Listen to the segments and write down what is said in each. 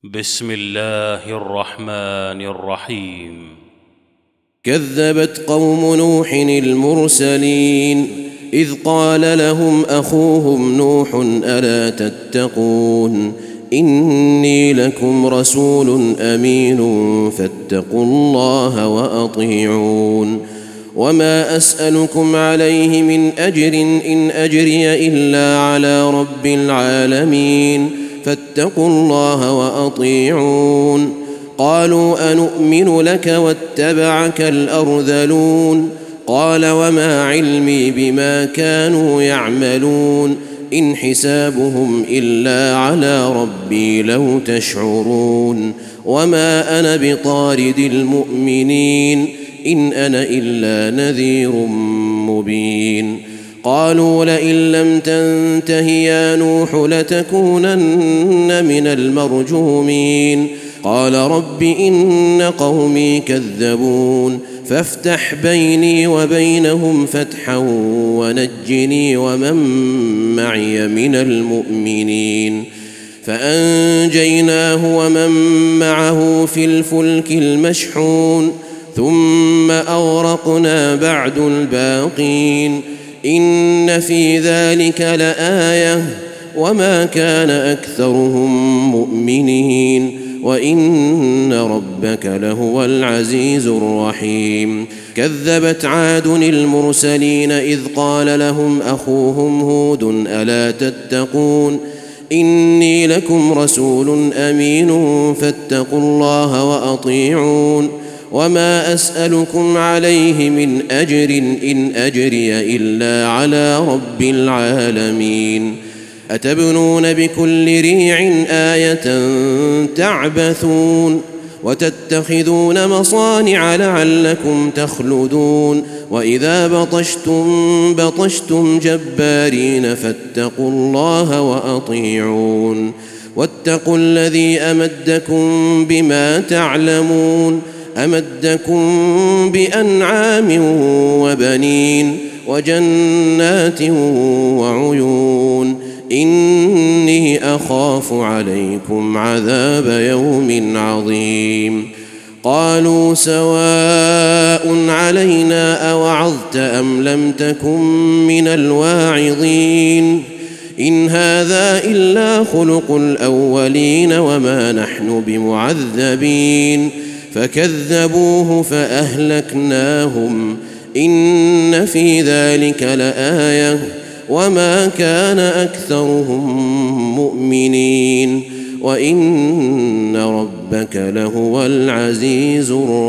بسم الله الرحمن الرحيم. كذبت قوم نوح المرسلين إذ قال لهم أخوهم نوح ألا تتقون إني لكم رسول أمين فاتقوا الله وأطيعون وما أسألكم عليه من أجر إن أجري إلا على رب العالمين فاتقوا الله وأطيعون قالوا أنؤمن لك واتبعك الأرذلون قال وما علمي بما كانوا يعملون إن حسابهم إلا على ربي لو تشعرون وما أنا بطارد المؤمنين إن أنا إلا نذير مبين قالوا لئن لم تنته يا نوح لتكونن من المرجومين قال رب إن قومي كذبون فافتح بيني وبينهم فتحا ونجني ومن معي من المؤمنين فأنجيناه ومن معه في الفلك المشحون ثم أغرقنا بعد الباقين إن في ذلك لآية وما كان أكثرهم مؤمنين وإن ربك لهو العزيز الرحيم كذبت عاد المرسلين إذ قال لهم أخوهم هود ألا تتقون إني لكم رسول أمين فاتقوا الله وأطيعون وما أسألكم عليه من أجر إن أجري إلا على رب العالمين أتبنون بكل ريع آية تعبثون وتتخذون مصانع لعلكم تخلدون وإذا بطشتم جبارين فاتقوا الله وأطيعون واتقوا الذي أمدكم بما تعلمون أمدكم بأنعام وبنين وجنات وعيون إني أخاف عليكم عذاب يوم عظيم قالوا سواء علينا أوعظت أم لم تكن من الواعظين إن هذا إلا خلق الأولين وما نحن بمعذبين فكذبوه فأهلكناهم إن في ذلك لآية وما كان أكثرهم مؤمنين وإن ربك لهو العزيز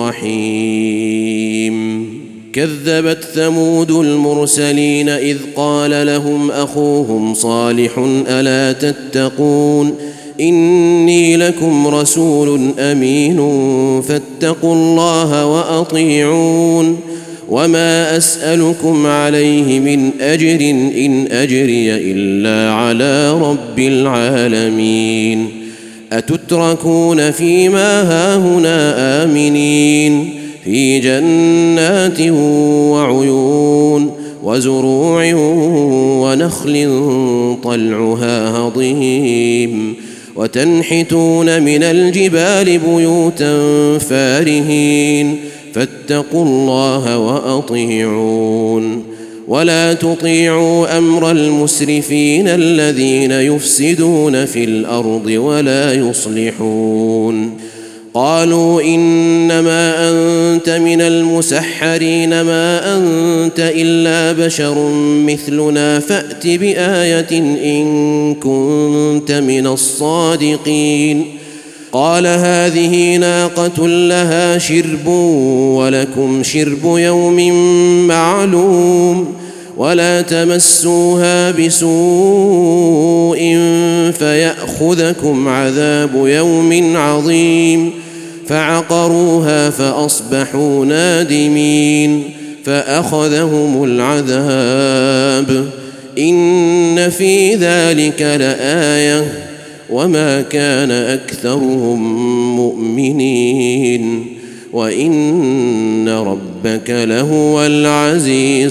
الرحيم كذبت ثمود المرسلين إذ قال لهم أخوهم صالح ألا تتقون إني لكم رسول أمين فاتقوا الله وأطيعون وما أسألكم عليه من أجر إن أجري إلا على رب العالمين أتتركون فيما هاهنا آمنين في جنات وعيون وزروع ونخل طلعها هضيم وتنحتون من الجبال بيوتا فارهين فاتقوا الله وأطيعون ولا تطيعوا أمر المسرفين الذين يفسدون في الأرض ولا يصلحون قالوا إنما أنت من المسحرين ما أنت إلا بشر مثلنا فأت بآية إن كنت من الصادقين قال هذه ناقة لها شرب ولكم شرب يوم معلوم ولا تمسوها بسوء فيأخذكم عذاب يوم عظيم فعقروها فأصبحوا نادمين فأخذهم العذاب إن في ذلك لآية وما كان أكثرهم مؤمنين وإن ربك لهو العزيز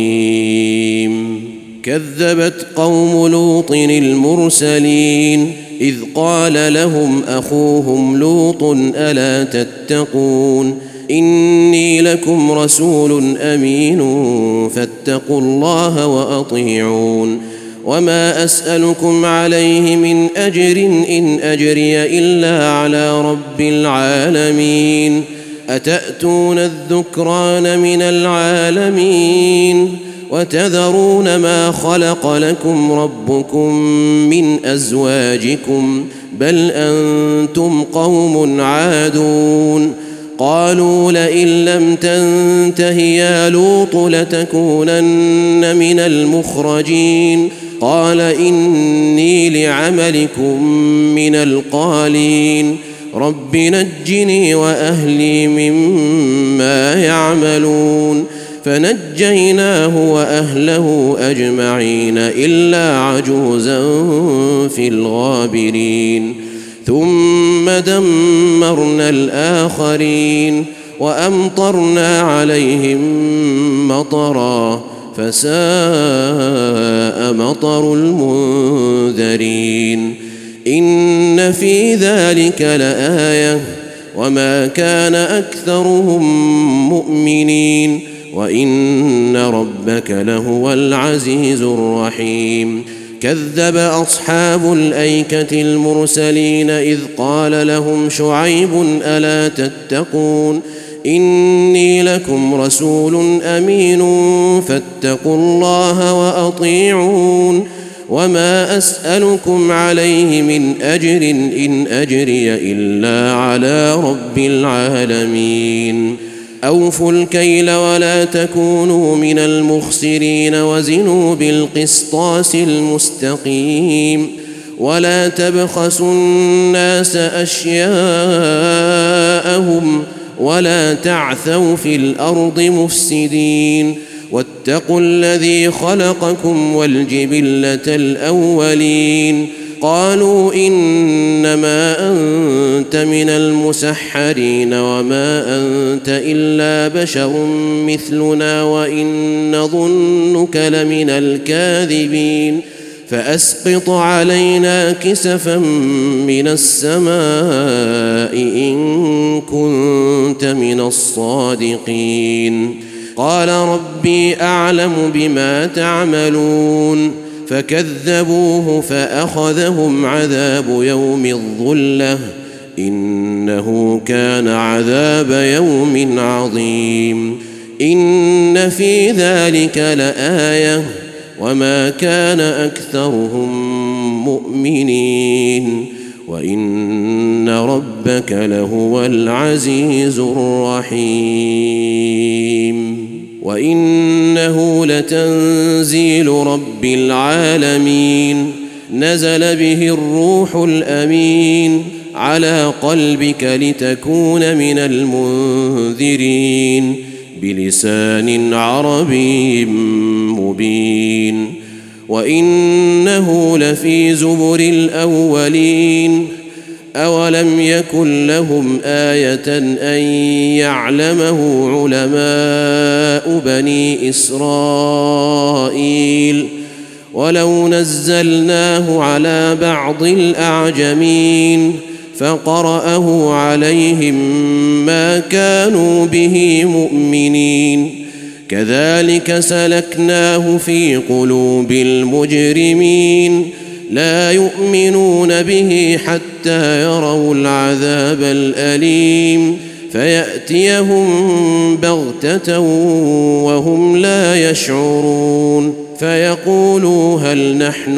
الرحيم كذبت قوم لوط المرسلين إذ قال لهم أخوهم لوط ألا تتقون إني لكم رسول أمين فاتقوا الله وأطيعون وما أسألكم عليه من أجر إن أجري إلا على رب العالمين أتأتون الذكران من العالمين وتذرون ما خلق لكم ربكم من أزواجكم بل أنتم قوم عادون قالوا لئن لم تنته يا لوط لتكونن من المخرجين قال إني لعملكم من القالين رب نجني وأهلي مما يعملون فنجيناه وأهله أجمعين إلا عجوزا في الغابرين ثم دمرنا الآخرين وأمطرنا عليهم مطرا فساء مطر المنذرين إن في ذلك لآية وما كان أكثرهم مؤمنين وإن ربك لهو العزيز الرحيم كذب أصحاب الأيكة المرسلين إذ قال لهم شعيب ألا تتقون إني لكم رسول أمين فاتقوا الله وأطيعون وما أسألكم عليه من أجر إن أجري إلا على رب العالمين أوفوا الكيل ولا تكونوا من المخسرين وزنوا بالقسطاس المستقيم ولا تبخسوا الناس أشياءهم ولا تعثوا في الأرض مفسدين واتقوا الذي خلقكم والجبلة الأولين قالوا إنما أنت من المسحرين وما أنت إلا بشر مثلنا وإن نظنك لمن الكاذبين فأسقط علينا كسفا من السماء إن كنت من الصادقين قال ربي أعلم بما تعملون فكذبوه فأخذهم عذاب يوم الظلة إنه كان عذاب يوم عظيم إن في ذلك لآية وما كان أكثرهم مؤمنين وإن ربك لهو العزيز الرحيم وإنه لتنزيل رب العالمين نزل به الروح الأمين على قلبك لتكون من المنذرين بلسان عربي مبين وإنه لفي زبر الأولين أولم يكن لهم آية أن يعلمه علماء بني إسرائيل ولو نزلناه على بعض الأعجمين فقرأه عليهم ما كانوا به مؤمنين كذلك سلكناه في قلوب المجرمين لا يؤمنون به حتى يروا العذاب الأليم فيأتيهم بغتة وهم لا يشعرون فيقولوا هل نحن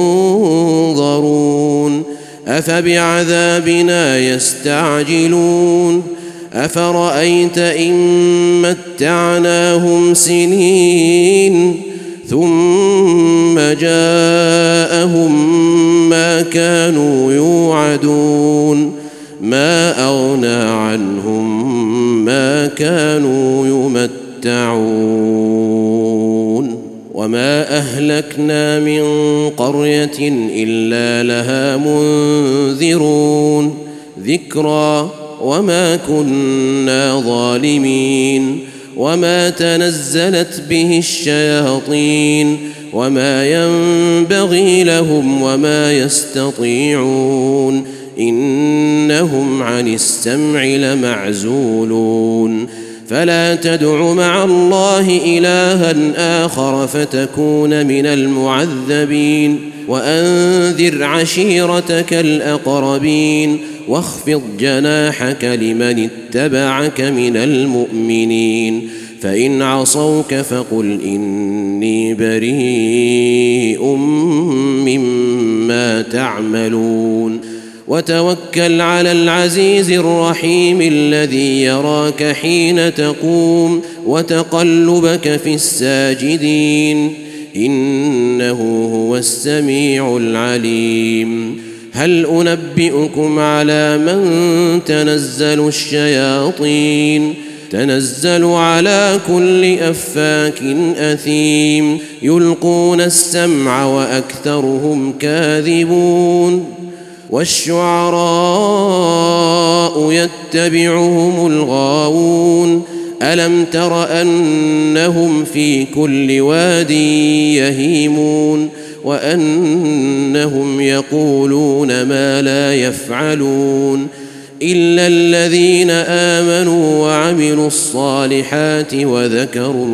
منظرون أفبعذابنا يستعجلون أفرأيت إن متعناهم سنين ثم جاءهم ما كانوا يوعدون ما أغنى عنهم ما كانوا يمتعون وما أهلكنا من قرية إلا لها منذرون ذكرى وما كنا ظالمين وما تنزلت به الشياطين وما ينبغي لهم وما يستطيعون إنهم عن السمع لمعزولون فلا تدع مع الله إلها آخر فتكون من المعذبين وأنذر عشيرتك الأقربين واخفض جناحك لمن اتبعك من المؤمنين فإن عصوك فقل إني بريء مما تعملون وتوكل على العزيز الرحيم الذي يراك حين تقوم وتقلبك في الساجدين إنه هو السميع العليم هل أنبئكم على من تنزل الشياطين تنزل على كل أفاك أثيم يلقون السمع وأكثرهم كاذبون والشعراء يتبعهم الغاوون ألم تر أنهم في كل واد يهيمون وأنهم يقولون ما لا يفعلون إلا الذين آمنوا وعملوا الصالحات وذكروا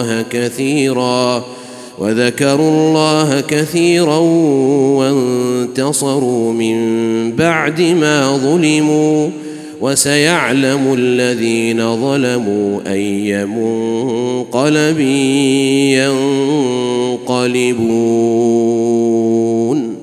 الله كثيرا وانتصروا من بعد ما ظلموا وسيعلم الذين ظلموا أي منقلب ينقلبون